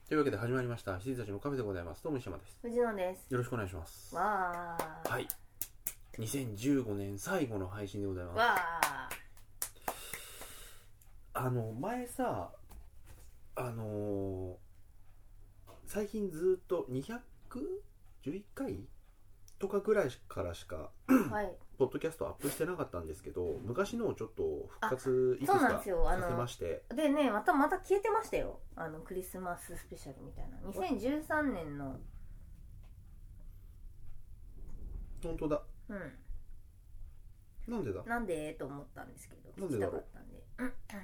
というわけで始まりました羊たちのカフェでございます。どうも石山です。 藤野です。 よろしくお願いします。 わー。 はい、2015年最後の配信でございます。 わ前さ最近ずっと211回とかぐらいからしかー。はい。 ポッドキャストアップしてなかったんですけど、昔のをちょっと復活いくつかそうなんですよ。 させまして、 でね、また消えてましたよ。クリスマススペシャルみたいな。2013年の。 本当だ。 うん。 なんでだなんでと思ったんですけど、 なんでだろう聞きたかったんで。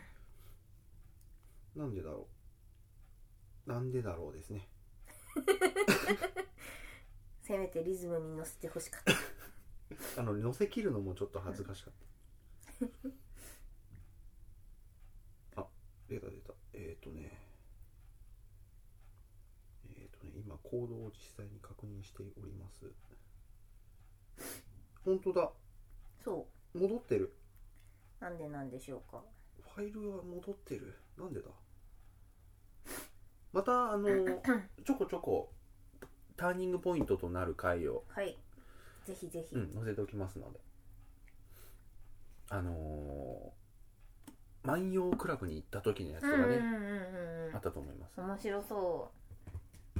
なんでだろう。なんでだろうですね。 せめてリズムに乗せてほしかった。 乗せ切るのもちょっと恥ずかしかった。あ、出た。今コードを実際に確認しております。本当だ。 そ戻ってる。 なんでなんでしょうか。 ファイルは戻ってる。なんでだ。またちょこちょこターニングポイントとなる回を、 はい、ぜひぜひ、 載せておきますので、万葉クラブに行った時のやつとかね、あったと思います。 面白そう。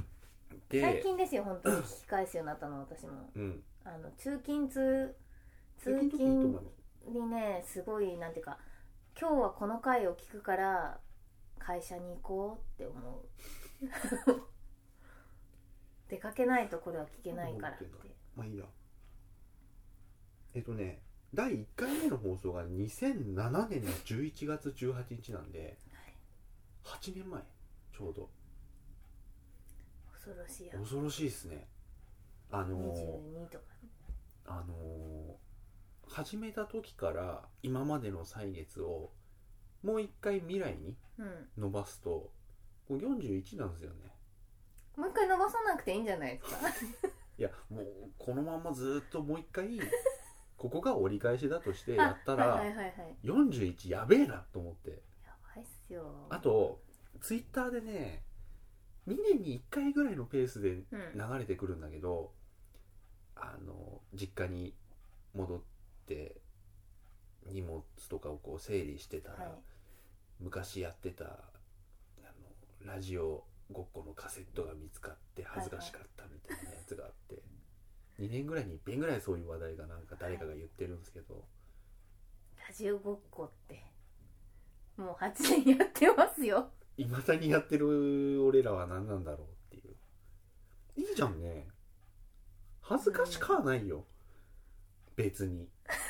で最近ですよ、本当に聞き返すようになったの私も。通勤にね、すごいなんていうか、今日はこの回を聞くから会社に行こうって思う。出かけないとこれは聞けないからって。 まあいいや。第1回目の放送が2007年の11月18日なんで、8年前ちょうど。 恐ろしいや。 恐ろしいですね。 22とか。 始めた時から今までの歳月をもう一回未来に伸ばすと、もう41なんですよね。 もう一回伸ばさなくていいんじゃないですか。 いや、もうこのままずっともう一回ここが折り返しだとしてやったら41やべえなと思って。 やばいっすよ。 あとツイッターでね、2年に1回ぐらいのペースで流れてくるんだけど、実家に戻って荷物とかをこう整理してたら、昔やってたラジオごっこのカセットが見つかって恥ずかしかったみたいなやつがあって、2年ぐらいに一遍ぐらいそういう話題がなんか誰かが言ってるんですけど、 ラジオごっこってもう8年やってますよ。 いまだにやってる俺らは何なんだろうっていう。いいじゃんね。恥ずかしかはないよ、別に。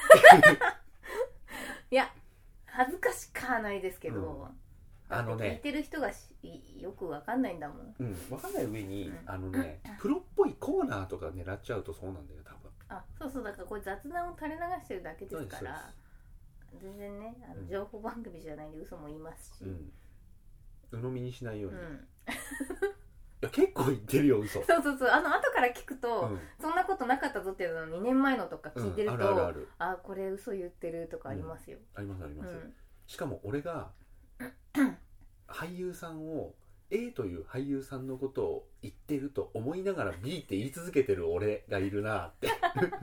いや、恥ずかしかはないですけど、聞いてる人がよく分かんないんだもん。 分かんない上に、プロっぽいコーナーとか狙っちゃうとそうなんだよ多分。 そうだからこれ雑談を垂れ流してるだけですから、全然ね、情報番組じゃないんで嘘も言いますし、 鵜呑みにしないように。いや結構言ってるよ嘘。 そう後から聞くと、そんなことなかったぞっていうのを2年前のとか聞いてると、これ嘘言ってるとかありますよ。 あります。しかも俺が俳優さんを A という俳優さんのことを言ってると思いながら B って言い続けてる俺がいるなって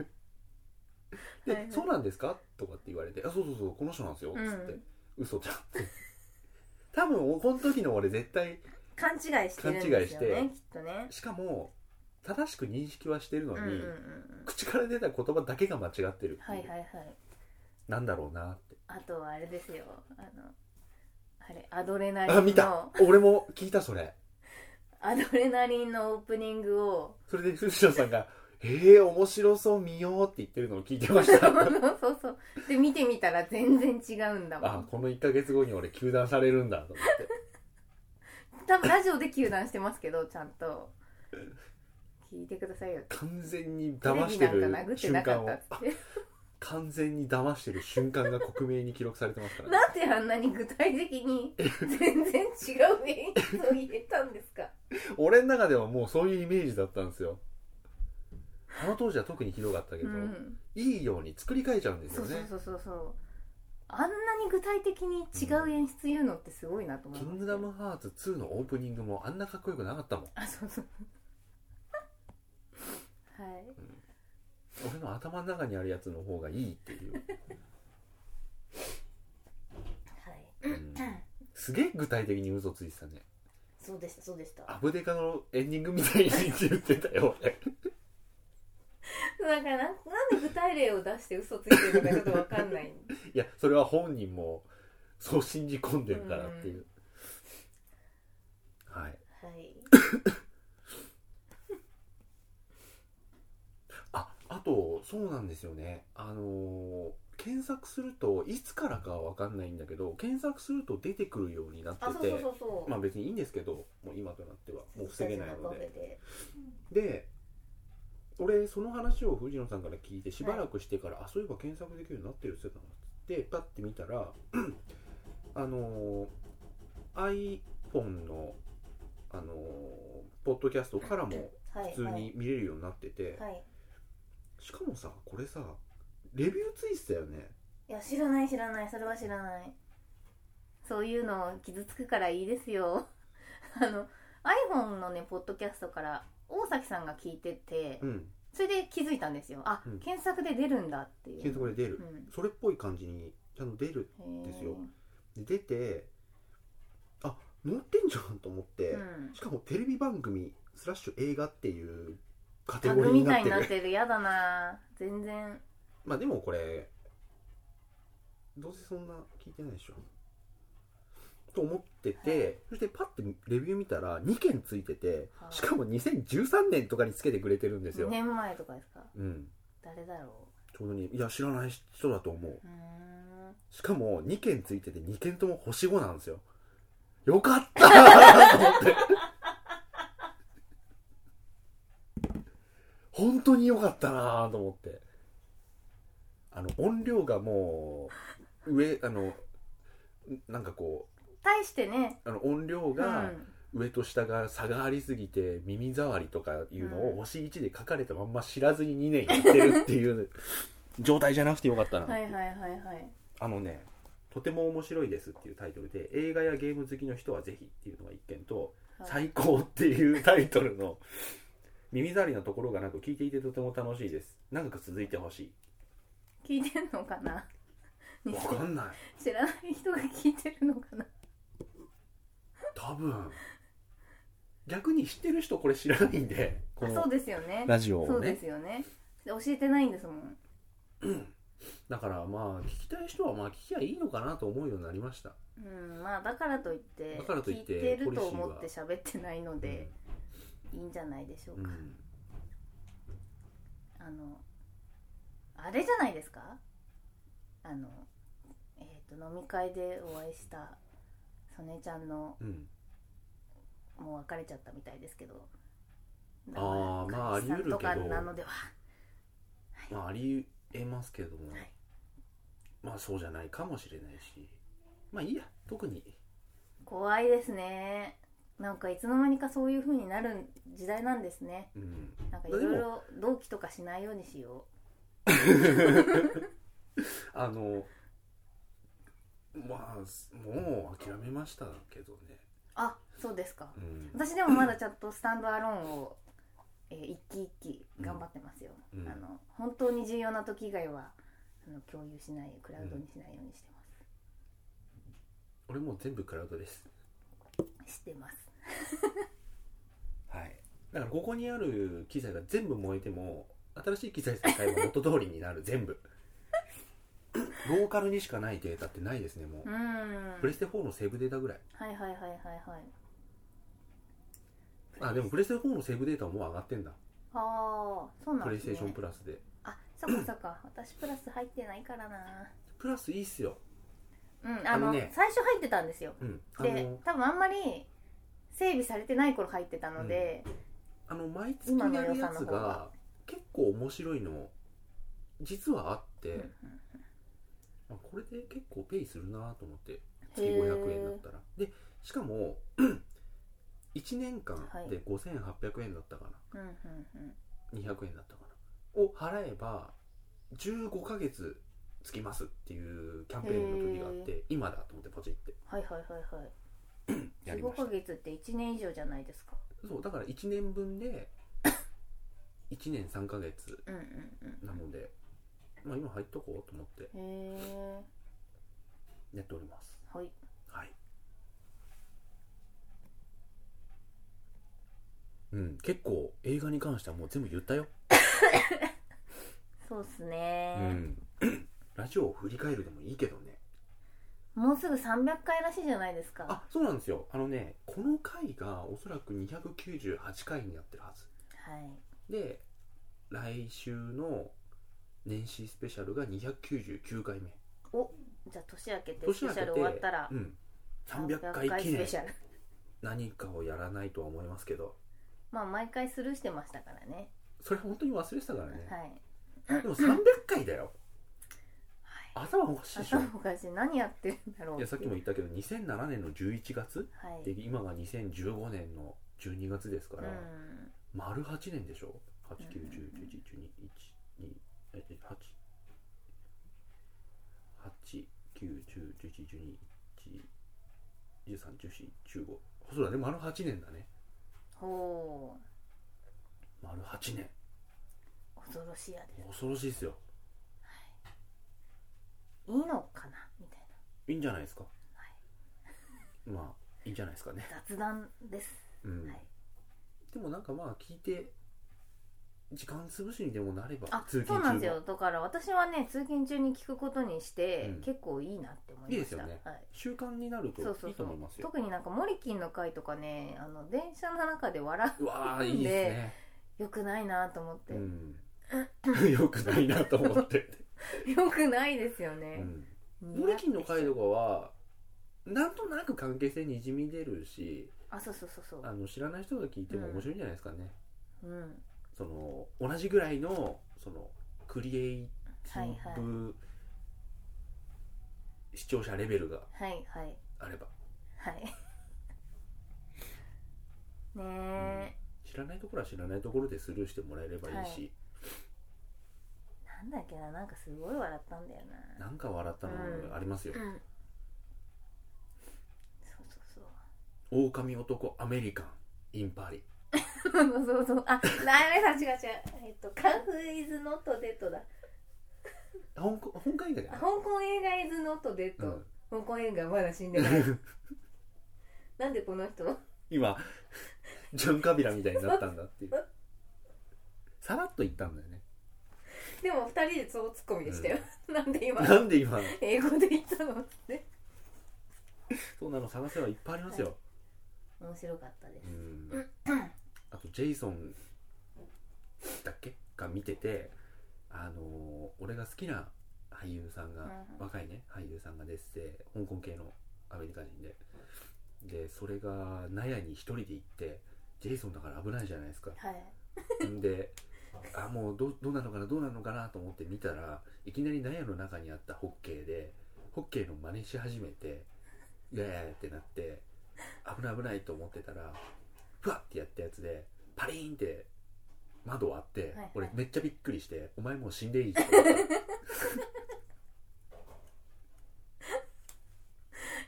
で、そうなんですかとかって言われて、そうこの人なんですよっつって、嘘じゃんって多分この時の俺絶対勘違いしてるんですよね、きっとね。 しかも正しく認識はしてるのに、口から出た言葉だけが間違ってるっていう、なんだろうなって。あとはあれですよ、アドレナリンの、 見た、俺も聞いたそれ。 アドレナリンのオープニングを、 それで藤野さんが面白そう見ようって言ってるのを聞いてましたそうで見てみたら全然違うんだもん。 この1ヶ月後に俺糾弾されるんだと思って多分ラジオで糾弾してますけど、ちゃんと聞いてくださいよ。 完全に騙してる瞬間を完全に騙してる瞬間が克明に記録されてますから、 なんであんなに具体的に全然違う演出を入れたんですか俺の中ではもうそういうイメージだったんですよ。あの当時は特にひどかったけど、いいように作り変えちゃうんですよね。 そうあんなに具体的に違う演出言うのってすごいなと思います、 キングダムハーツ2のオープニングもあんなかっこよくなかったもん。 あ、そうそうはい、 俺の頭の中にあるやつの方がいいっていうはい、 すげえ具体的に嘘ついてたね。 そうでしたそうでした。 アブデカのエンディングみたいに言ってたよ俺だからなんで具体例を出して嘘ついてるのかちょっと分かんないいやそれは本人もそう信じ込んでるからっていう、はい、 はいあとそうなんですよね、検索するといつからかは分かんないんだけど検索すると出てくるようになってて、まあ別にいいんですけど、もう今となってはもう防げないので、俺その話を藤野さんから聞いてしばらくしてから、はい、そういえば検索できるようになってるって言ってたのってパッて見たらiPhone のポッドキャストからも普通に見れるようになってて、はいはい、しかもさこれさレビューついてたよね。 いや知らないそれは知らない。そういうの傷つくからいいですよiPhone のねポッドキャストから大崎さんが聞いてて、それで気づいたんですよ。検索で出るんだっていう。 検索で出る、それっぽい感じにちゃんと出るんですよ。で出て載ってんじゃんと思って、しかもテレビ番組/映画っていうカテゴリーになってる。タグみたいになってる。 やだな全然。 まあでもこれどうせそんな聞いてないでしょと思ってて、はい、そしてパッてレビュー見たら2件ついてて、しかも2013年とかにつけてくれてるんですよ。 2年前とかですか。誰だろう。 ちょうどにいや知らない人だと思う。しかも2件ついてて2件とも星5なんですよ。よかったーと思って本当によかったなーと思って、音量がもう上なんかこう対してね音量が上と下が差がありすぎて耳障りとかいうのを星1で書かれたまんま知らずに2年やってるっていう状態じゃなくてよかったな。 はいはいはいはい。 とても面白いですっていうタイトルで映画やゲーム好きの人はぜひっていうのが一件と、最高っていうタイトルの耳障りなところがなく聞いていてとても楽しいです。長く続いてほしい。 聞いてんのかな。 わかんない。 知らない人が聞いてるのかな。 多分逆に知ってる人これ知らないんで、このそうですよね。 ラジオをね。 そうですよね。教えてないんですもん。 だからまあ聞きたい人はまあ聞きゃいいのかなと思うようになりました。 まあだからといって聞いてると思って喋ってないので、いいんじゃないでしょうか。あれじゃないですか。飲み会でお会いした曽根ちゃんの、もう別れちゃったみたいですけど、 まああり得るけど、 とかなのでは、 まああり得ますけども、まあそうじゃないかもしれないし、まあいいや。特に怖いですね。なんかいつの間にかそういう風になる時代なんですね。なんかいろいろ同期とかしないようにしよう。 まあもう諦めましたけどね。 そうですか。私でもまだちゃんとスタンドアローンを、一期一期頑張ってますよ。本当に重要な時以外は共有しない、クラウドにしないようにしてます。 俺もう全部クラウドです。 してます。 はい。だからここにある機材が全部燃えても新しい機材さえ買えば元通りになる。全部ローカルにしかないデータってないですね。もうプレステ4のセーブデータぐらい。 はいはいはいはいはい。でもプレステ4のセーブデータはもう上がってんだ。 そうなんですね。 プレイステーションプラスで。 そっかそっか。私プラス入ってないからな。 プラスいいっすよ。 最初入ってたんですよ。で多分あんまり整備されてない頃入ってたので、 毎月やるやつが結構面白いの実はあって、これで結構ペイするなと思って。月500円だったら。でしかも1年間で5800円だったかな、200円だったかなを払えば15ヶ月つきますっていうキャンペーンの時があって、今だと思ってポチってはいはいはいはいやりました。 15ヶ月って1年以上じゃないですか。 そうだから1年分で1年3ヶ月なので、まあ今入っとこうと思ってやっております。 はいはい。うん、結構映画に関してはもう全部言ったよ。 そうっすね、 ラジオを振り返るでもいいけどね。 もうすぐ300回らしいじゃないですか。 あ、そうなんですよ。この回がおそらく298回になってるはず。 はい。 で、来週の年始スペシャルが299回目。 お、じゃあ年明けてスペシャル終わったら、 300回記念何かをやらないとは思いますけど、 まあ毎回スルーしてましたからね。 それ本当に忘れてたからね。 はい。 でも300回だよ。頭おかしいでしょ。 頭おかしい。何やってるんだろう。 いや、さっきも言ったけど2007年の11月、 はい、 で今が2015年の12月ですから、丸8年でしょ。8、9、10、11、12、1、2、8、8、9、10、11、12、1、13、14、15。そうだね、丸8年だね。 ほう。丸8年。 恐ろしいやで。 恐ろしいですよ。 いいのかなみたいな。 いいんじゃないですか。 はい、 まあいいんじゃないですかね。 雑談です。はい、 でもなんかまあ聞いて時間潰しにでもなれば。 通勤中。そうなんですよ。だから私はね通勤中に聞くことにして、結構いいなって思いました。いいですよね。はい、習慣になるといいと思いますよ。 特になんかモリキンの回とかね、電車の中で笑うんで、 わいいですね。 よくないなと思って。 よくないなと思って。 よくないですよね。 モリキンの回とかはなんとなく関係性にじみ出るし、 そう知らない人が聞いても面白いんじゃないですかね。その同じぐらいのそのクリエイティブ視聴者レベルがあれば、ね、知らないところは知らないところでスルーしてもらえればいいし、 なんだっけな、なんかすごい笑ったんだよな。 なんか笑ったのありますよ。狼男アメリカンインパリ。 そうあ、違うカンフーイズノットデッドだ。 香港映画じゃない。 香港映画イズノットデッド。香港映画まだ死んでない。なんでこの人今ジョン・カビラみたいになったんだっていう。さらっと言ったんだよね。 でも2人でそうツッコミでしたよ。なんで今英語で言ったのって。 そうなの探せばいっぱいありますよ。 面白かったです。 あとジェイソンだっけが見てて、俺が好きな俳優さんが、若いね俳優さんが出てて、香港系のアメリカ人でそれが納屋に一人で行って、ジェイソンだから危ないじゃないですか。でもうどうなのかなと思って見たら、いきなり納屋の中にあったホッケーでホッケーの真似し始めて、イエーってなって、危ないと思ってたら、ふわってやったやつでパリーンって窓割って、俺めっちゃびっくりして、お前もう死んでいいって思った。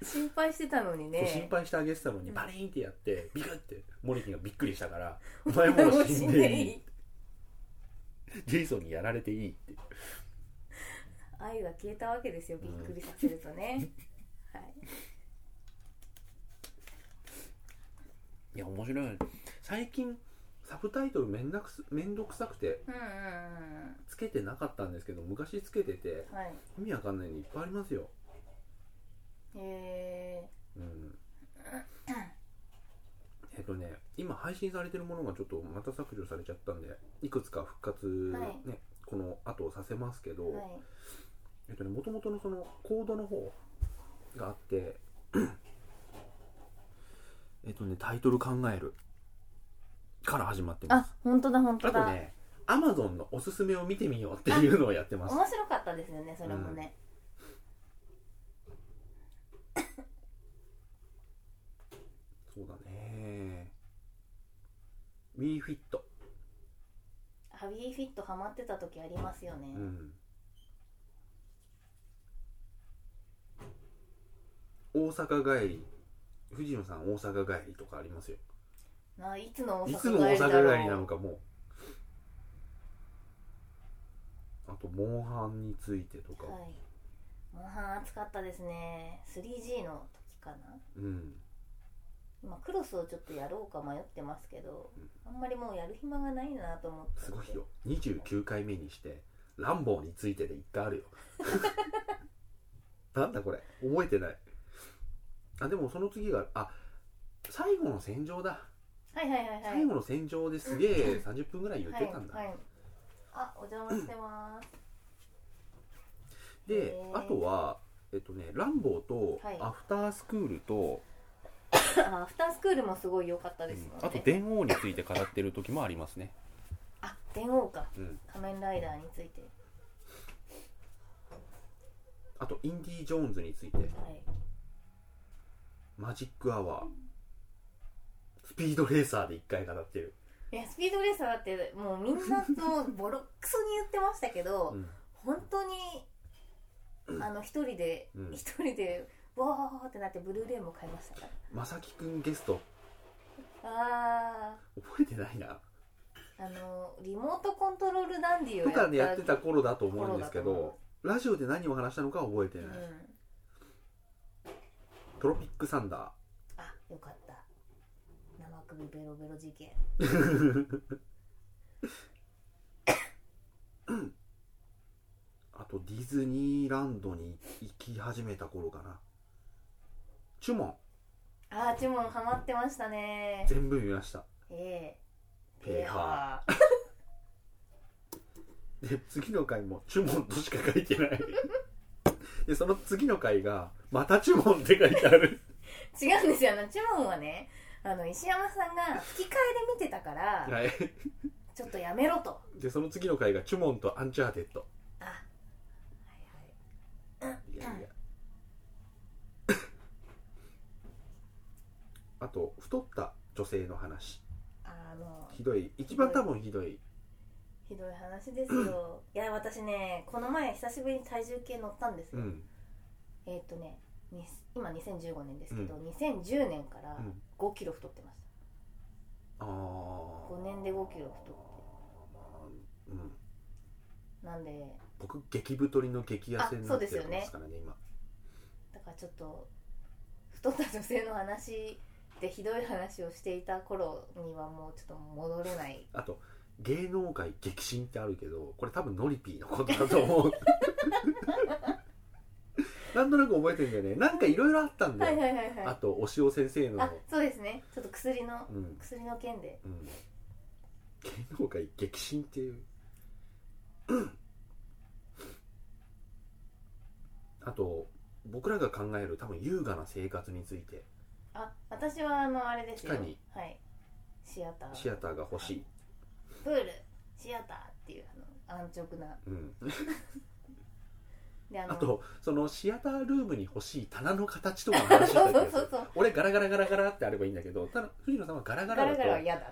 心配してたのにね。 心配してあげてたのに、パリーンってやってビクってモリキンがびっくりしたから、お前もう死んでいいジェイソンにやられていいって。 愛が消えたわけですよ、びっくりさせるとね。はい。 いや面白い。最近サブタイトルめんどくさくてつけてなかったんですけど、昔つけてて、意味わかんないのいっぱいありますよ。今配信されてるものがちょっとまた削除されちゃったんで、いくつか復活ね、この後させますけど、もともとのそのコードの方があってタイトル考えるから始まってます。 本当だ。あとね、Amazon のおすすめを見てみようっていうのをやってます。 面白かったですよね、それもね。 そうだね。WeFit。 WeFit ハマってた時ありますよね。 大阪帰り、藤野さん大阪帰りとかありますよ。 いつの大阪帰りだろう。 いつの大阪帰りなのかもう。あとモンハンについてとか。 はい。モンハン暑かったですね。3G の時かな。 うん。 今クロスをちょっとやろうか迷ってますけど、あんまりもうやる暇がないなと思って。 すごいよ。29回目にしてランボーについてで1回あるよ。なんだこれ、覚えてない。でもその次が最後の戦場だ。 はいはいはいはい。 最後の戦場ですげえ30分ぐらい言ってたんだ。 はいはい、お邪魔してます。 で、あとはランボーとアフタースクールと、 アフタースクールもすごい良かったですもんね。 あと電王について語ってる時もありますね。 電王か、仮面ライダーについて。 あとインディ・ジョーンズについて、マジックアワー、スピードレーサーで1回語ってる。 いや、スピードレーサーだってもうみんなもうボロクソに言ってましたけど、本当に一人でわーってなってブルーレイも買いましたから。 まさきくんゲスト覚えてないな。 リモートコントロールダンディとかでやってた頃だと思うんですけど、ラジオで何を話したのか覚えてない。トロピックサンダー、よかった。生首ベロベロ事件。 あとディズニーランドに行き始めた頃かな。チュモン。 チュモンハマってましたね。 全部見ました。 ペーハー。で次の回もチュモンとしか書いてない。でその次の回がまたチュモンって書いてある。 違うんですよ。チュモンはね、石山さんが吹き替えで見てたから、ちょっとやめろと。でその次の回がチュモンとアンチャーテッド。いやあと太った女性の話。ひどい、一番多分ひどい話ですよ。いや私ね、この前久しぶりに体重計乗ったんですよ。今2015年ですけど、2010年から5キロ太ってました。5年で5キロ太って、なんで僕激太りの激痩せになってるんですからね今。 だからちょっと太った女性の話でひどい話をしていた頃にはもうちょっと戻れない。 あと芸能界激震ってあるけど、これ多分ノリピーのことだと思う。なんとなく覚えてるんだよね。なんかいろいろあったんだよ。あと押尾先生のそうですね、ちょっと薬の件で、 芸能界激震っていう。あと僕らが考える多分優雅な生活について。 私はあれですよ。シアターが欲しい。 プール、シアターっていう安直な。 であとそのシアタールームに欲しい棚の形とかの話だったりする。俺ガラガラガラガラってあればいいんだけど、ただ藤野さんはガラガラだとガラガラは嫌だ。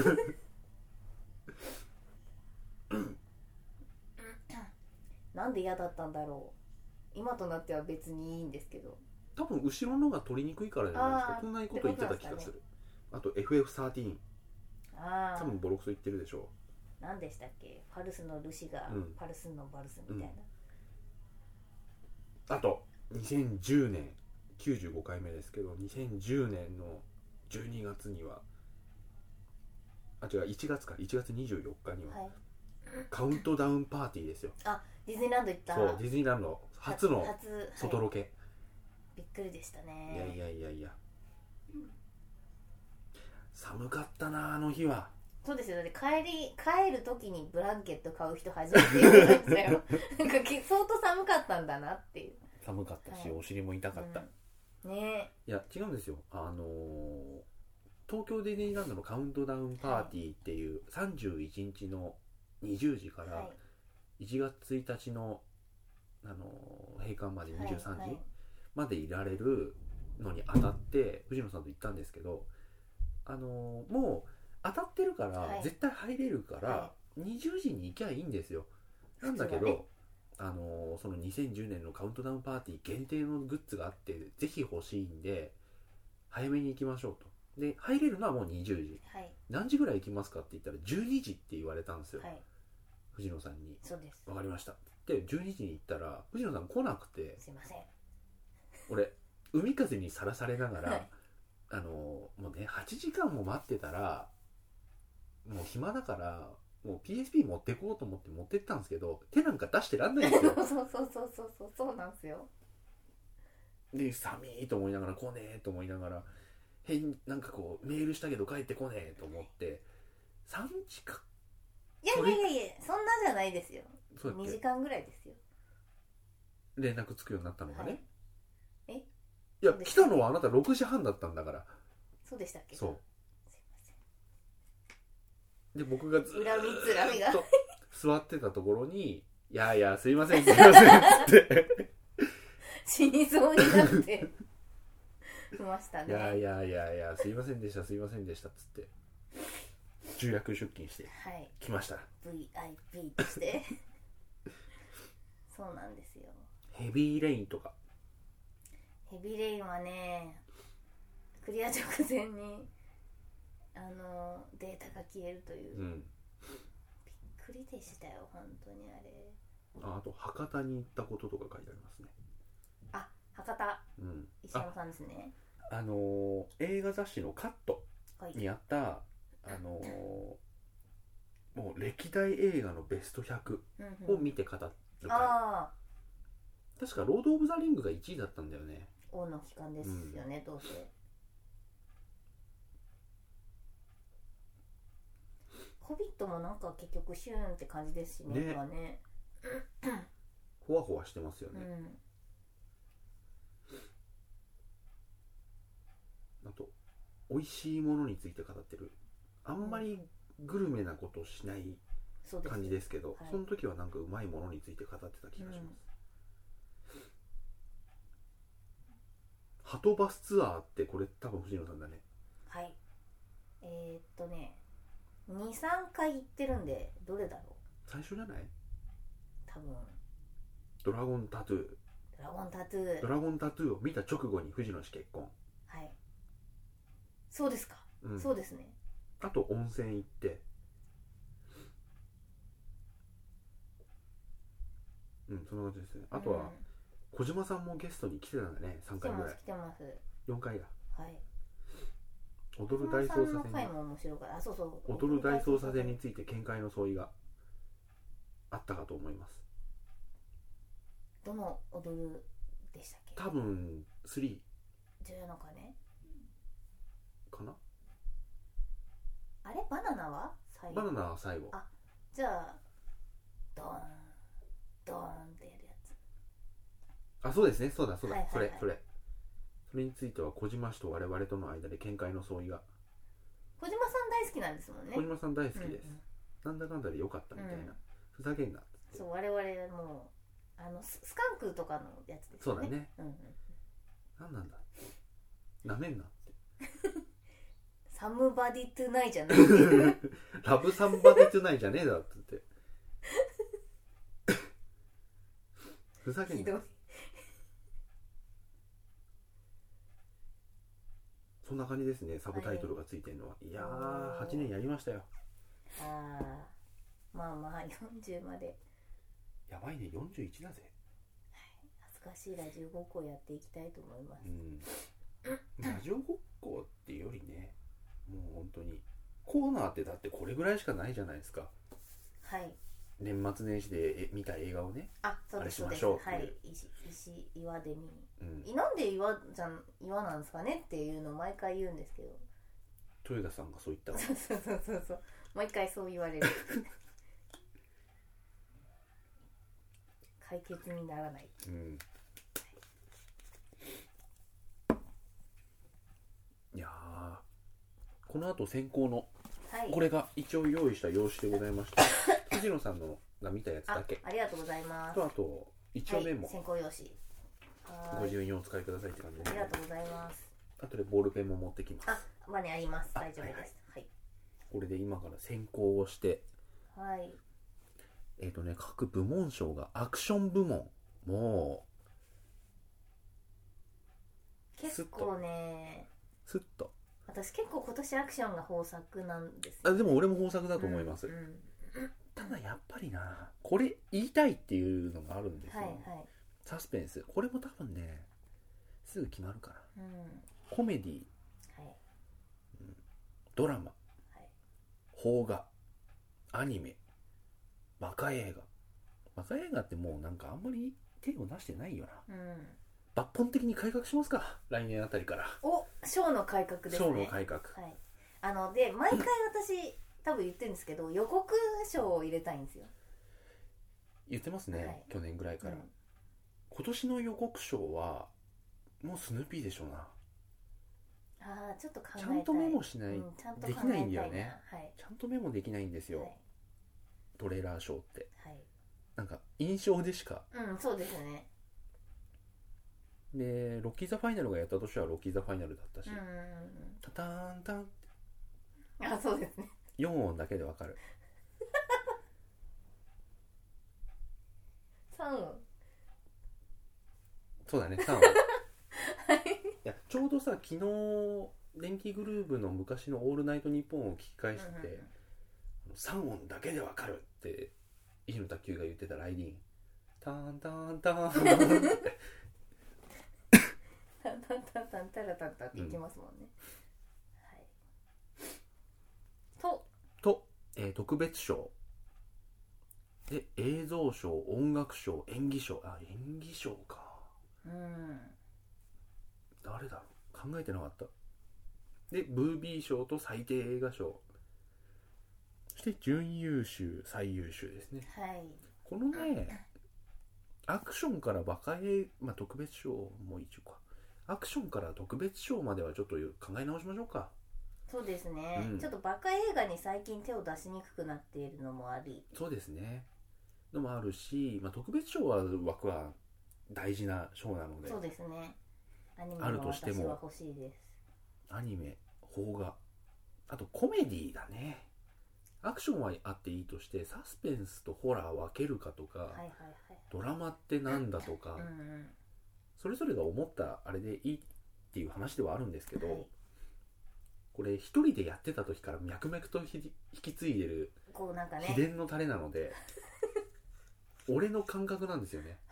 なんで嫌だったんだろう。今となっては別にいいんですけど。 多分後ろのが取りにくいからじゃないですか。そんなこと言ってた気がする。あと FF13。多分ボロクソ言ってるでしょう。何でしたっけ、パルスのルシがパルスのバルスみたいな。あと2010年95回目ですけど、2010年の12月には違う1月24日には、カウントダウンパーティーですよ。 ディズニーランド行った。 そう、ディズニーランド初の外ロケ、 びっくりでしたね。 いや寒かったなあの日は。 そうですよ。だって帰る時にブランケット買う人初めて言われましたよ。なんか相当寒かったんだなっていう。 寒かったし、お尻も痛かった、 ね。 いや違うんですよ。東京ディズニーランドのカウントダウンパーティーっていう、31日の20時から1月1日の、閉館まで23時までいられるのに当たって藤野さんと行ったんですけど、もう当たってるから絶対入れるから、20時に行きゃいいんですよ。なんだけど、 その2010年のカウントダウンパーティー限定のグッズがあってぜひ欲しいんで早めに行きましょうと。で入れるのはもう20時、 はい、 何時ぐらい行きますかって言ったら12時って言われたんですよ、 はい、 藤野さんに。 そうです。 分かりましたって12時に行ったら藤野さん来なくて、 すいません、 俺海風にさらされながら、 はい、 もうね8時間も待ってたらもう暇だからもう PSP 持ってこうと思って持ってったんですけど手なんか出してらんないんですよそうなんですよ。 で寒いと思いながら来ねえと思いながらなんかこうメールしたけど帰ってこねえと思って3時間いやそんなじゃないですよ。2時間ぐらいですよ。 連絡つくようになったのがね、 はい、 いや来たのはあなた6時半だったんだから。 そうでしたっけ。 そうで僕がずっと座ってたところに「いやいやすいませんすいません」っつって死にそうになって来ましたね。 いやすいませんでしたすいませんでしたっつって重役出勤して来ました、はい、 VIP としてそうなんですよ。 ヘビーレインとか。 ヘビーレインはねクリア直前にデータが消えるという、びっくりでしたよ本当に。 あと博多に行ったこととか書いてありますね。 あ、博多、石山さんですね。 映画雑誌のカットにあった、もう歴代映画のベスト100を見て語る回、確かロード・オブ・ザ・リングが1位だったんだよね。 王の帰還ですよね、どうせ。ホビットもなんか結局シューンって感じですしね。 ほわほわしてますよね、あと美味しいものについて語ってる。あんまりグルメなことをしない感じですけど、その時はなんかうまいものについて語ってた気がします、ハトバスツアーってこれ多分藤野さんだね。 はい。2、3回行ってるんでどれだろう。 最初じゃない？ 多分ドラゴンタトゥーを見た直後に藤野氏結婚。 はい、そうですか、そうですね。 あと温泉行って、そんな感じですね。あとは、小島さんもゲストに来てたんだね。3回ぐらい。 来てます。 4回だ。 はい。 踊る大捜査線に、踊る大捜査線について見解の相違があったかと思います。 どの踊るでしたっけ？ 多分3。 重要の鐘かな。 あれバナナは最後。 バナナは最後。 あ、じゃあドーンドーンってやるやつ。 あ、そうですね。そうだ、それについては小島氏と我々との間で見解の相違が。 小島さん大好きなんですもんね。 小島さん大好きです、なんだかんだで良かったみたいな、ふざけんなって。 そう、我々もスカンクとかのやつですね。 そうだね、なんなんだなめんなってサムバディトゥナイじゃないラブサムバディトゥナイじゃねえだって言ってふざけんな。そんな感じですね。サブタイトルがついてるのは、いやー8年やりましたよ。 まあ40までやばいね。41だぜ。 恥ずかしいラジオごっこをやっていきたいと思います、 ラジオごっこっていうよりね、もう本当にコーナーってだってこれぐらいしかないじゃないですか。 はい。 年末年始で見た映画をね、 そうです、 あれしましょうっていう。 はい。岩で見に、なんで岩なんですかねっていうのを毎回言うんですけど、 豊田さんがそう言ったわ。 そう毎回そう言われる解決にならない。 いやこの後先行の、これが一応用意した用紙でございました藤野さんのが見たやつだけ。 ありがとうございます。 あと一応メモ、 先行用紙ご自由にお使いくださいって感じで。 ありがとうございます。 あとでボールペンも持ってきます。 あります。大丈夫です。はい。 これで今から先行をして、 各部門賞がアクション部門もう結構ねスッと私結構今年アクションが豊作なんですよ。 でも俺も豊作だと思います、ただやっぱりなこれ言いたいっていうのがあるんですよ、サスペンスこれも多分ねすぐ決まるかな、コメディ、ドラマ、邦画、アニメ、バカ映画ってもうなんかあんまり手を出してないよな、抜本的に改革しますか来年あたりから。 ショーの改革ですね。 ショーの改革、 で毎回私多分言ってるんですけど予告賞を入れたいんですよ。 言ってますね、去年ぐらいから、今年の予告賞はもうスヌーピーでしょうな。 ちょっと考えたい。 ちゃんとメモしない、できないんだよね、ちゃんとメモできないんですよ、トレーラー賞って、なんか印象でしか、 そうですね。 でロッキー・ザ・ファイナルがやった年はロッキー・ザ・ファイナルだったし、タターンタンってそうですね、 4音だけでわかる 3音そうだね3音いやちょうどさ昨日電気グルーヴの昔の「オールナイトニッポン」を聞き返して、3音だけでわかるって石野卓球が言ってたライディンターンターンターンタンタンタンタンタラタンタンって言ってますもんね、 特別賞で映像賞、音楽賞、演技賞、演技賞か、誰だろう考えてなかった。でブービー賞と最低映画賞、そして準優秀最優秀ですね、このねアクションからバカ映画、特別賞も一応か、アクションから特別賞まではちょっと考え直しましょうか。 そうですね、ちょっとバカ映画に最近手を出しにくくなっているのもあり、 そうですねのもあるし、特別賞は枠は大事な賞なので、 そうですね、アニメあるとしても私は欲しいです。 アニメ、邦画、あとコメディだね。アクションはあっていいとしてサスペンスとホラー分けるかとか、ドラマってなんだとか、それぞれが思ったあれでいいっていう話ではあるんですけど、これ一人でやってた時から脈々と引き継いでる秘伝のタレなので俺の感覚なんですよね。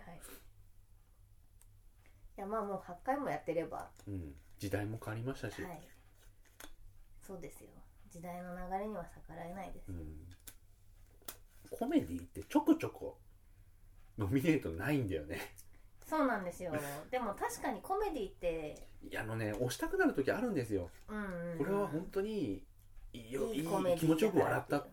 いやもう8回もやってれば、 時代も変わりましたし、 そうですよ、時代の流れには逆らえないです、 コメディってちょこちょこノミネートないんだよね。 そうなんですよでも確かにコメディって押したくなる時あるんですよ、これは本当にいい気持ちよく笑ったって、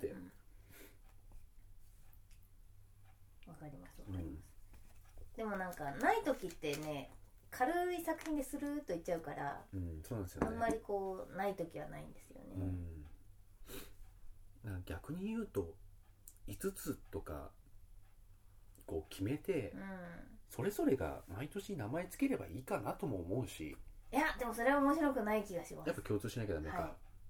わかります、でもなんかない時ってね軽い作品でスルーっといっちゃうから、 そうなんですよね、 あんまりこうない時はないんですよね、 逆に言うと5つとかこう決めて、それぞれが毎年名前つければいいかなとも思うし、 いやでもそれは面白くない気がします。 やっぱ共通しなきゃダメか、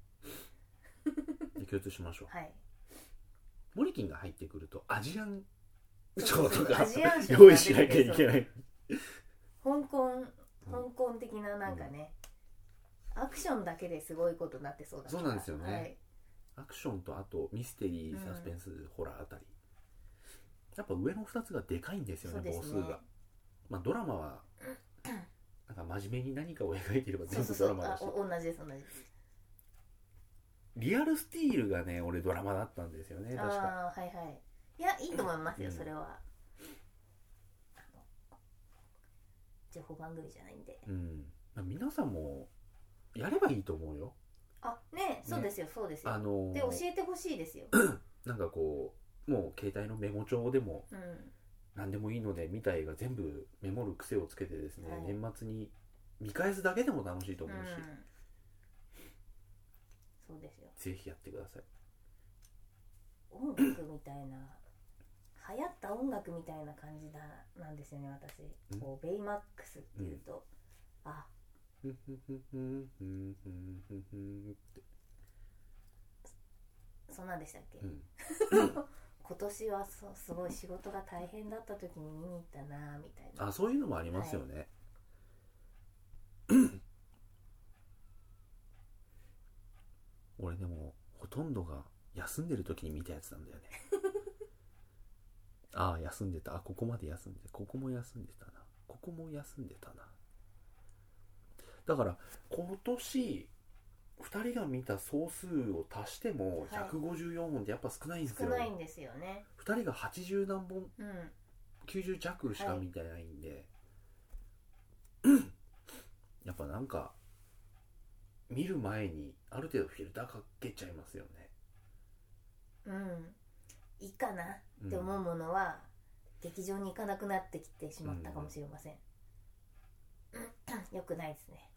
で共通しましょう、モリキンが入ってくるとアジアン賞とか用意しなきゃいけない香港的ななんかね、アクションだけですごいことになってそうだから。 そうなんですよね、アクションとあとミステリー、サスペンス、ホラーあたりやっぱ上の2つがでかいんですよね、母数が。ドラマはなんか真面目に何かを描いていれば全部ドラマだし、 同じです。 リアルスティールがね俺ドラマだったんですよね、確か。 いやいいと思いますよ、それは情報番組じゃないんで、 皆さんもやればいいと思うよ。 そうですよ、そうですよ、で教えてほしいですよなんかこうもう携帯のメモ帳でも何でもいいので見た映画全部メモる癖をつけてですね、年末に見返すだけでも楽しいと思うし、 そうですよ、 ぜひやってください。 音楽みたいな流行った音楽みたいな感じなんですよね、私。こうベイマックスっていうと、そんなんでしたっけ、 今年はすごい仕事が大変だった時に見に行ったなみたいな。 そういうのもありますよね、俺でもほとんどが休んでる時に見たやつなんだよね休んでた、ここまで休んで、ここも休んでたな、ここも休んでたな。だから今年2人が見た総数を足しても154本ってやっぱ少ないんですよ。 少ないんですよね。 2人が80何本、90弱しか見てないんで、やっぱなんか見る前にある程度フィルターかけちゃいますよね。 いいかなって思うものは、劇場に行かなくなってきてしまったかもしれません。よくないですね。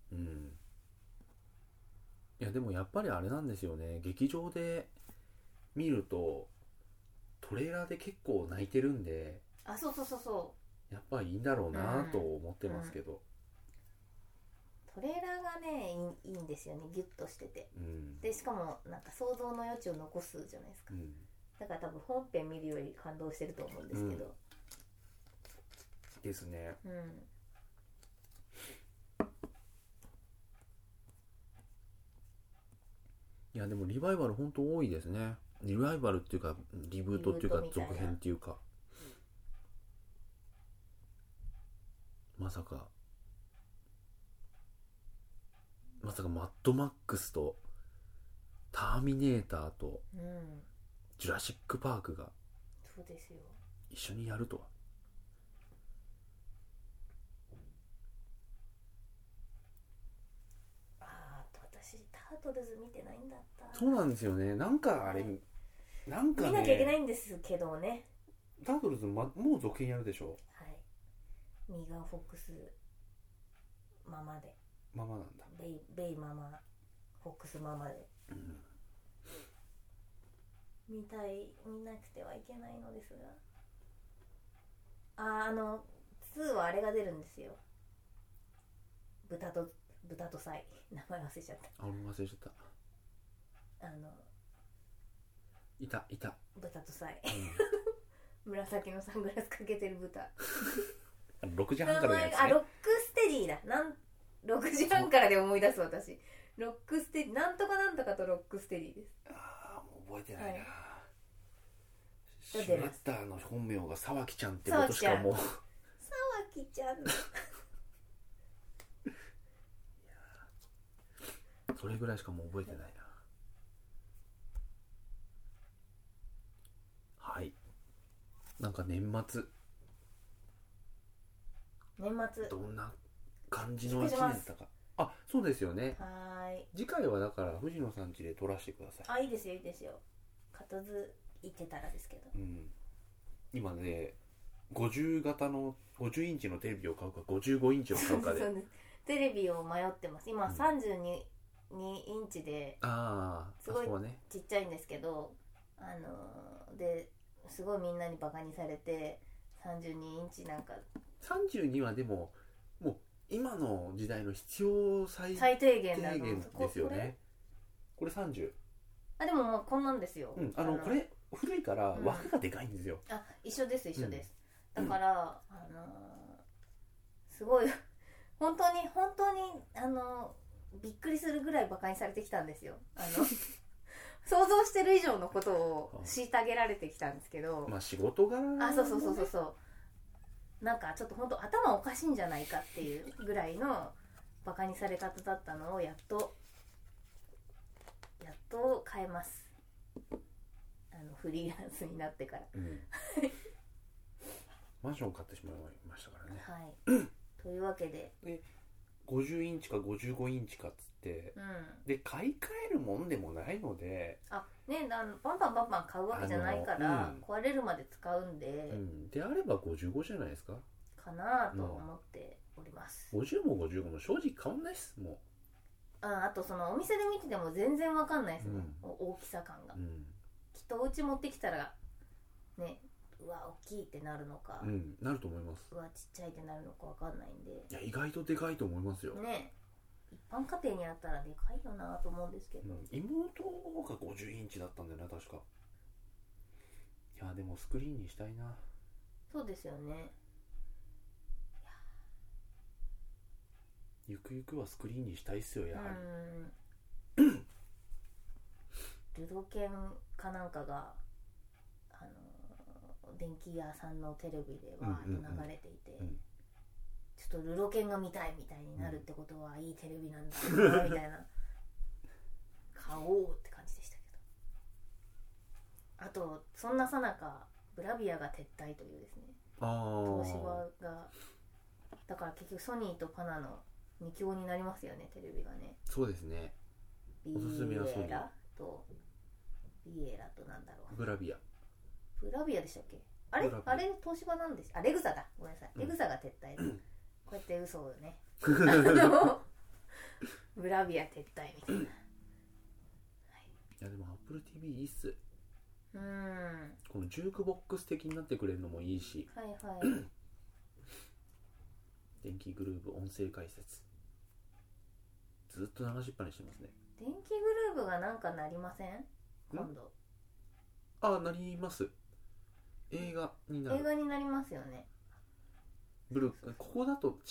いやでもやっぱりあれなんですよね、劇場で見るとトレーラーで結構泣いてるんで、 そうやっぱりいいんだろうなと思ってますけど、 トレーラーがねいいんですよね、ギュッとしてて、でしかもなんか想像の余地を残すじゃないですか、だから多分本編見るより感動してると思うんですけど、 ですね。いやでもリバイバル本当多いですね。リバイバルっていうかリブートっていうか続編っていうか、まさかマッドマックスとターミネーターとジュラシックパークが一緒にやるとは。 タートルズ見てないんだった。 そうなんですよね。なんかあれ、なんかね、 見なきゃいけないんですけどね。 タートルズ、もう続編やるでしょ。 ミーガン・フォックスママで。 ママなんだ。 ベイママ、フォックスママで。見なくてはいけないのですが。2はあれが出るんですよ。豚とサイ、名前忘れちゃった。 俺も忘れちゃった。いた豚とサイ、紫のサングラスかけてる豚 6時半からのやつね。 ロックステディだ。6時半からで思い出す私。ロックステディ、なんとかなんとかとロックステディです。 もう覚えてないな、シュレッダーの本名が沢木ちゃんってことしかもう。 沢木ちゃんそれぐらいしかもう覚えてないな。なんか年末どんな感じの1年だったか。そうですよね。次回はだから藤野さん家で撮らせてください。 いいですよいいですよ。片付いてたらですけど、 今ね50型の50インチのテレビを買うか55インチを買うかでそうです。テレビを迷ってます今。32インチですごいちっちゃいんですけど、ですごいみんなにバカにされて32インチなんか。 32はでももう今の時代の必要最低限ですよね。これ30。 でももうこんなんですよ。 これ古いから枠がでかいんですよ。 一緒です。だから、すごい本当にびっくりするぐらいバカにされてきたんですよ。想像してる以上のことを虐げられてきたんですけど、 仕事柄の、 そうなんかちょっと本当頭おかしいんじゃないかっていうぐらいのバカにされ方だったのをやっと変えます。フリーランスになってから、 マンション買ってしまいましたからね。 というわけで 50インチか55インチかっつって、で買い替えるもんでもないので、 バンバン買うわけじゃないから、壊れるまで使うんで、 であれば55じゃないですかなと思っております。 50も55も正直変わんないっすもう。 あとそのお店で見てても全然わかんないですもん、大きさ感が、きっとお家持ってきたらね、うわ大きいってなるのか、 なると思います。 うわちっちゃいってなるのかわかんないんで、 いや意外とでかいと思いますよね。一般家庭にあったらでかいよなと思うんですけど、 妹が50インチだったんだよな確か。 やでもスクリーンにしたいな。 そうですよね。 ゆくゆくはスクリーンにしたいっすよやはり。ルロケンかなんかが電気屋さんのテレビでわーっと流れていて、ちょっとルロケンが見たいみたいになるってことは、いいテレビなんだなみたいな買おうって感じでしたけど、あとそんなさなかブラビアが撤退というですね、東芝が、だから結局ソニーとパナの2強になりますよね、テレビがね。 そうですね。おすすめはソニーとビエラとなんだろう、 ブラビアでしたっけ。あれ東芝なんです。レグザだ、ごめんなさい、レグザが撤退だ、こうやって嘘をねブラビア撤退みたいな、はい、 いやでも Apple TV いいっす。このジュークボックス的になってくれるのもいいし、 はいはい電気グルーヴ音声解説ずっと流しっぱにしてますね。 電気グルーヴがなんかなりません今度。 なります。映画になる。 映画になりますよね。 ここだと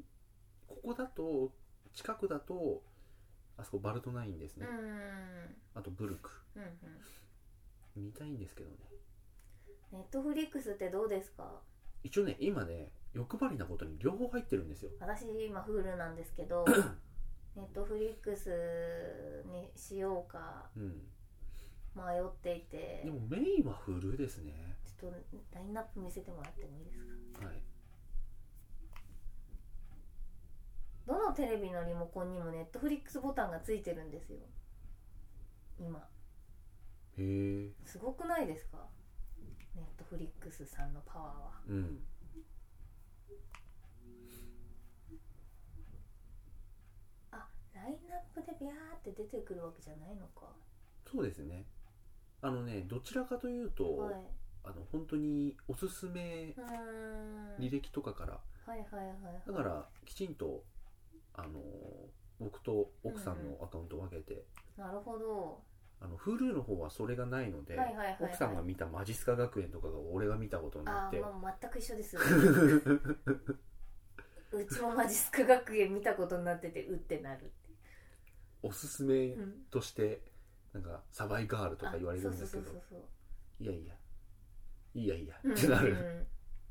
近くだとあそこバルトナインですね。あとブルク、見たいんですけどね。 ネットフリックスってどうですか。 一応ね今ね欲張りなことに両方入ってるんですよ。 私今 Hulu なんですけどネットフリックスにしようか迷っていて。 でもメインは Hulu ですね。 ちょっとラインナップ見せてもらってもいいですか。 はい。 どのテレビのリモコンにもネットフリックスボタンがついてるんですよ今。 へえ。 すごくないですか、ネットフリックスさんのパワーは。ラインナップでビャーって出てくるわけじゃないのか。 そうですね。どちらかというと、 はい、 本当におすすめ履歴とかから、だからきちんと僕と奥さんのアカウントを分けて、 なるほど。 Hulu の方はそれがないので、奥さんが見たマジスカ学園とかが俺が見たことになって、 全く一緒ですうちもマジスカ学園見たことになってて、うってなるって。 おすすめとして、なんかサバイガールとか言われるんですけど、いやってなる。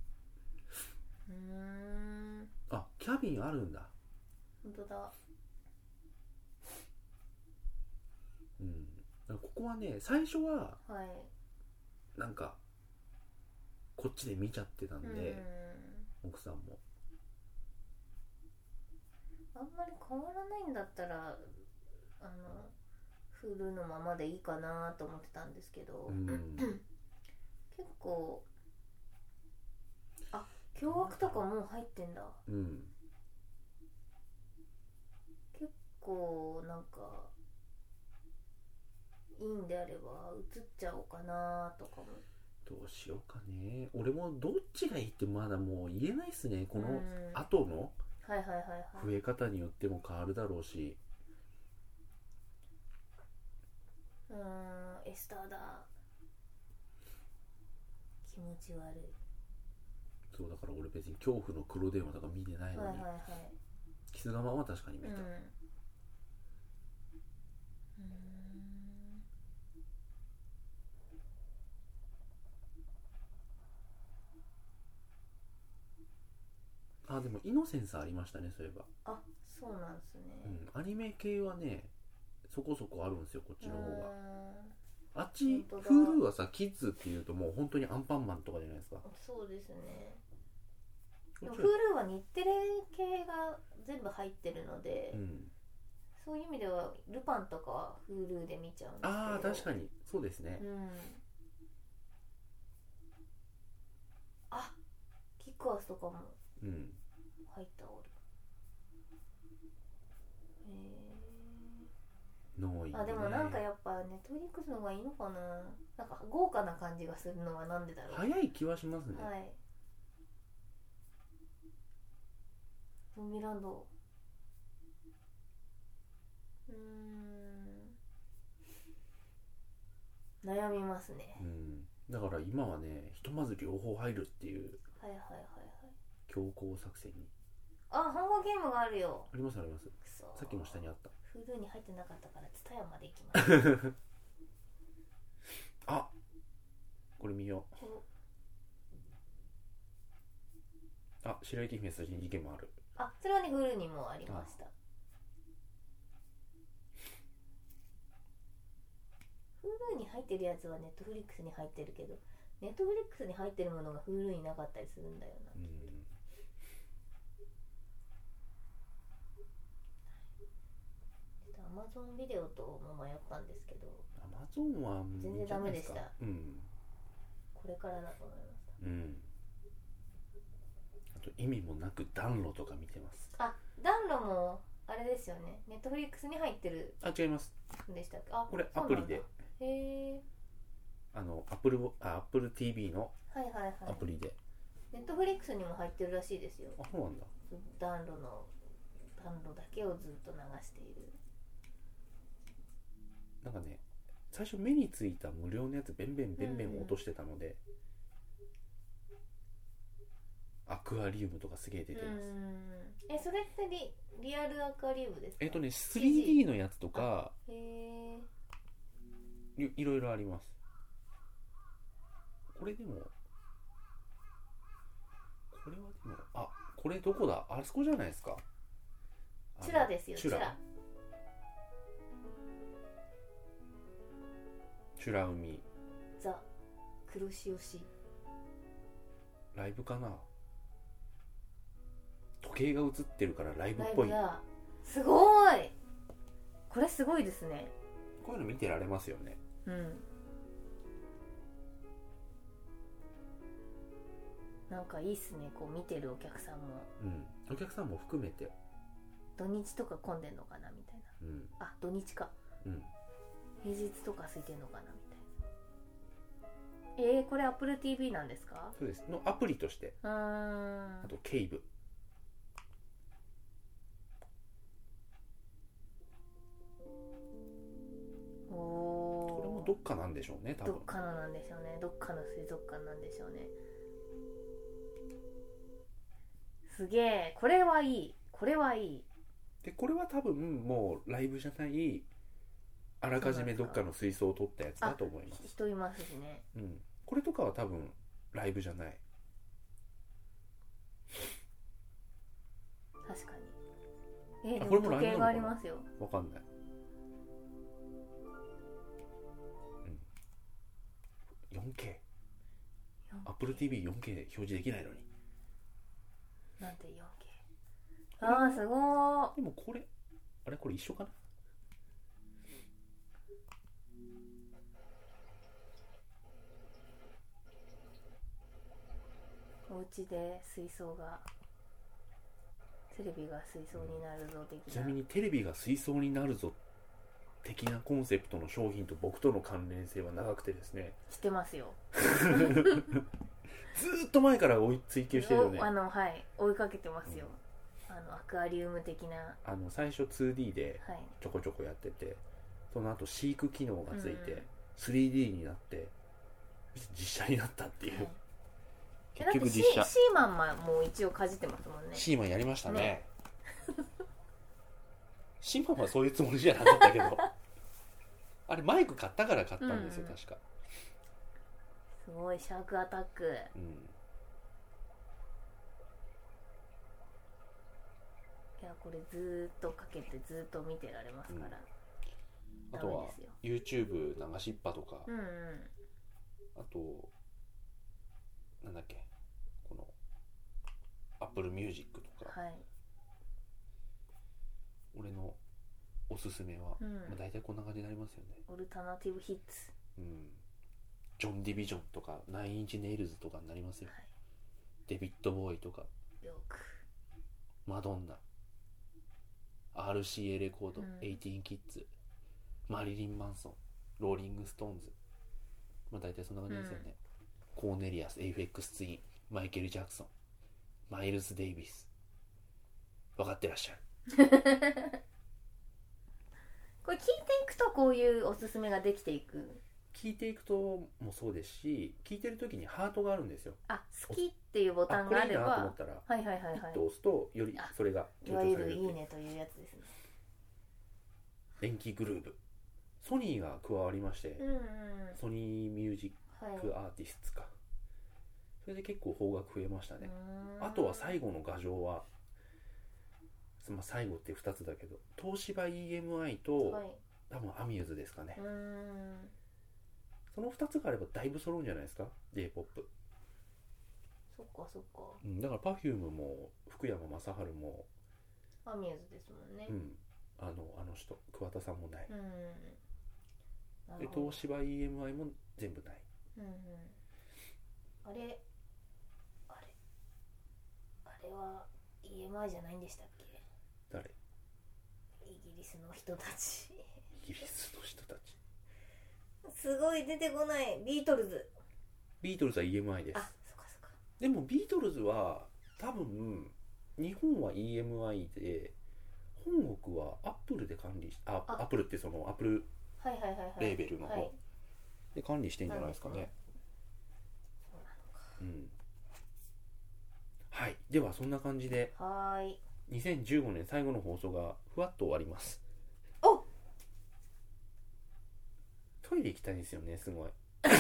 キャビンあるんだ。 本当だ。 ここはね最初はなんかこっちで見ちゃってたんで、奥さんもあんまり変わらないんだったらHulu のままでいいかなと思ってたんですけど、結構凶悪とかもう入ってんだ。結構なんかいいんであれば映っちゃおうかなとかも。 どうしようかね。俺もどっちがいいってまだもう言えないっすね。この後の増え方によっても変わるだろうし。 エスターだ。気持ち悪い。 そうだから俺別に恐怖の黒電話とか見てないのに、キス釜は確かに見た。でもイノセンスありましたね、そういえば。 そうなんですね。 アニメ系はねそこそこあるんですよ、こっちの方が。あっち Hulu はさ、キッズっていうともう本当にアンパンマンとかじゃないですか。 そうですね。でも Hulu は日テレ系が全部入ってるので、そういう意味ではルパンとかは Hulu で見ちゃうんですけど。 確かにそうですね。 キックアスとかも入ったおる。でもなんかやっぱネットフリックスの方がいいのかな。なんか豪華な感じがするのはなんでだろう。 早い気はしますね。 ゾンビランド。悩みますね。 だから今はね、ひとまず両方入るっていうはいはいはいはい。 強行作戦に。 あ、ハンガーゲームがあるよ。 ありますあります。 くそさっきの下にあった。 Hulu に入ってなかったからツタヤまで行きましたあ、これ見よう。あ、白雪姫殺人事件もある。 あ、それはね Hulu にもありました。Hulu に入ってるやつは Netflix に入ってるけど、Netflix に入ってるものが Hulu になかったりするんだよな。Amazon ビデオとも迷ったんですけど、 Amazon は全然ダメでした。これからだと思いました。 あと意味もなく暖炉とか見てます。 あ、暖炉もあれですよね。Netflix に入ってる。 あ、違います。 でしたっけ？あ、 これアプリで。 へえ。 Apple TV のアプリで。 Netflix にも入ってるらしいですよ。 あ、そうなんだ。 暖炉だけをずっと流している。 なんかね、最初目についた無料のやつベンベン落としてたので、アクアリウムとかすげえ出てます。 それってリアルアクアリウムですか ？3D のやつとかいろいろあります。これはでもこれどこだ？あそこじゃないですか。 チュラですよ。チュラ海ザ・黒潮市ライブかな。時計が映ってるからライブっぽい。 すごい。これすごいですね。 こういうの見てられますよね。 なんかいいっすね、こう見てるお客さんも。 お客さんも含めて。 土日とか混んでんのかなみたいな。あ、土日か。平日とか空いてんのかなみたいな。これ Apple TV なんですか？ そうです。のアプリとして。あとケイブ。これもどっかなんでしょうね、多分。 どっかのなんでしょうね。どっかの水族館なんでしょうね。すげえ。これはいい。これはいい。 で、これは多分もうライブじゃないあらかじめどっかの水槽を取ったやつだと思います。 人いますしね。 これとかは多分ライブじゃない。 確かに。でも時計がありますよ。 わかんない。4K。Apple TV 4K で表示できないのに。 なんて 4K。ああ、すごー。 でもこれ一緒かな。 お家で水槽がテレビが水槽になるぞ的な。 ちなみにテレビが水槽になるぞ的なコンセプトの商品と僕との関連性は長くてですね。 知ってますよ。 ずーっと前から追求してるよね。 はい、追いかけてますよ。アクアリウム的な。 最初 2D でちょこちょこやってて、その後飼育機能がついて 3D になって実写になったっていう。 結局実写。シーマンも一応かじってますもんね。 シーマンやりましたね。シーマンはそういうつもりじゃなかったけどあれマイク買ったから買ったんですよ、確か。 すごい。シャークアタック。いや、これずーっとかけてずーっと見てられますから。 あとは YouTube 流しっぱとか、あとなんだっけ、この Apple Music とか、俺のおすすめは、大体こんな感じになりますよね。 オルタナティブヒッツ。 ジョン・ディビジョンとかナインインチネイルズとかになりますよ。デビッド・ボーイとかマドンナ、RCA レコード、18キッズ、マリリン・マンソン、ローリング・ストーンズ、大体そんな感じですよね。コーネリアス、エイフェックス・ツイン、マイケル・ジャクソン、マイルス・デイビス。分かってらっしゃる。 これ聞いていくとこういうおすすめができていく。 聞いていくともそうですし、聞いてる時にハートがあるんですよ。 あ、好きっていうボタンがあれば、 これいいなと思ったら、 はいはいはいはい、 ピッと押すとよりそれがいわゆるいいねというやつですね。 電気グルーヴ、ソニーが加わりまして、 うんうん、 ソニーミュージックアーティストか、それで結構邦楽増えましたね。あとは最後の牙城は、最後って2つだけど、東芝 EMI と、はい、多分アミューズですかね。その2つがあればだいぶ揃うんじゃないですか、 J-POP。 そっかそっか、 だから Perfume も福山雅治もアミューズですもんね。 あの人桑田さんもない、で東芝 EMI も全部ない、 あれは EMI じゃないんでしたっけ？ 誰？ イギリスの人たち。 イギリスの人たち。 すごい出てこない。ビートルズ。 ビートルズは EMI です。 あ、そっかそっか。 でもビートルズは多分日本は EMI で、本国はアップルで管理し、アップルってそのアップルレーベルの方で管理してんじゃないですかね。 そうなのか。 はい、ではそんな感じで、 はい。 2015年最後の放送がふわっと終わります。 お、 トイレ行きたいんですよね、すごい。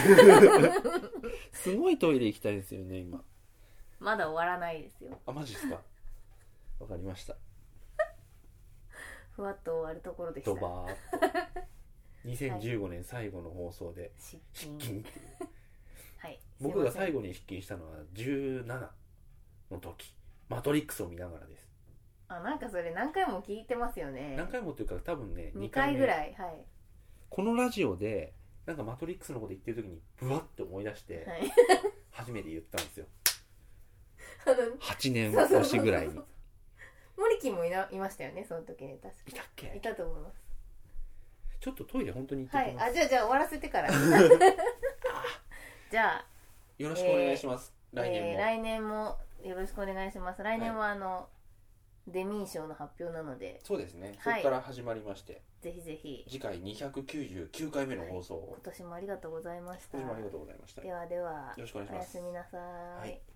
すごいトイレ行きたいですよね、今。 まだ終わらないですよ。 あ、マジですか。わかりました。 ふわっと終わるところでした。 ドバーっと。2015年最後の放送で失禁っていう。 はい。 僕が最後に失禁したのは17の時、マトリックスを見ながらです。 あ、なんかそれ何回も聞いてますよね。 何回もっていうか多分ね、 2回ぐらい、はい。 このラジオでなんかマトリックスのこと言ってる時にブワッて思い出して、はい、初めて言ったんですよ。8年越しぐらいに。 森木もいましたよね、その時に。確かいたっけ？ いたと思います。 ちょっとトイレ本当に行ってきます。 はい、じゃあ終わらせてから。じゃあよろしくお願いします。来年もよろしくお願いします。来年はデミー賞の発表なので。 そうですね。そこから始まりまして、 ぜひぜひ次回299回目の放送を、 今年もありがとうございました。 今年もありがとうございました。 ではでは、 よろしくお願いします。 おやすみなさい。 はい。